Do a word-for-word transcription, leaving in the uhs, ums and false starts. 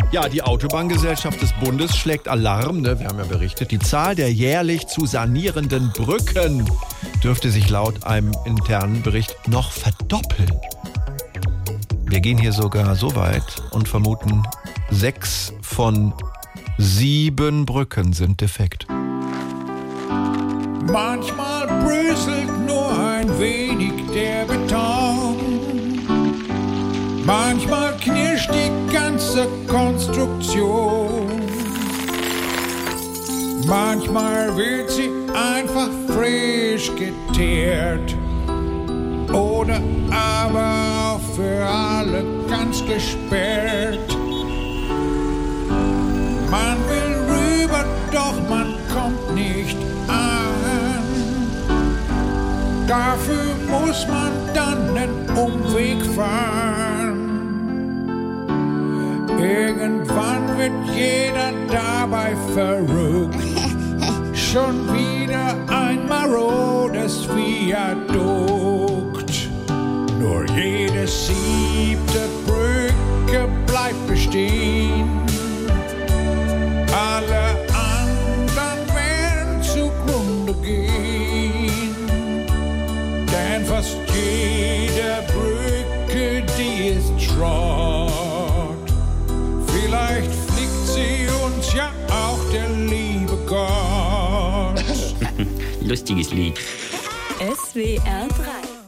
Ja, die Autobahngesellschaft des Bundes schlägt Alarm, ne? Wir haben ja berichtet, die Zahl der jährlich zu sanierenden Brücken dürfte sich laut einem internen Bericht noch verdoppeln. Wir gehen hier sogar so weit und vermuten, sechs von sieben Brücken sind defekt. Manchmal bröselt nur ein wenig der Beton. Manchmal knirscht die ganze Konstruktion. Manchmal wird sie einfach frisch geteert. Oder aber auch für alle ganz gesperrt. Man will rüber, doch man kommt nicht an. Dafür muss man dann einen Umweg fahren. Irgendwann wird jeder dabei verrückt. Schon wieder ein marodes Viadukt. Nur jede siebte Brücke bleibt bestehen. Alle anderen werden zugrunde gehen. Denn fast jede Brücke, die ist Schrott. Vielleicht fliegt sie uns ja auch der liebe Gott. Lustiges Lied. S W R drei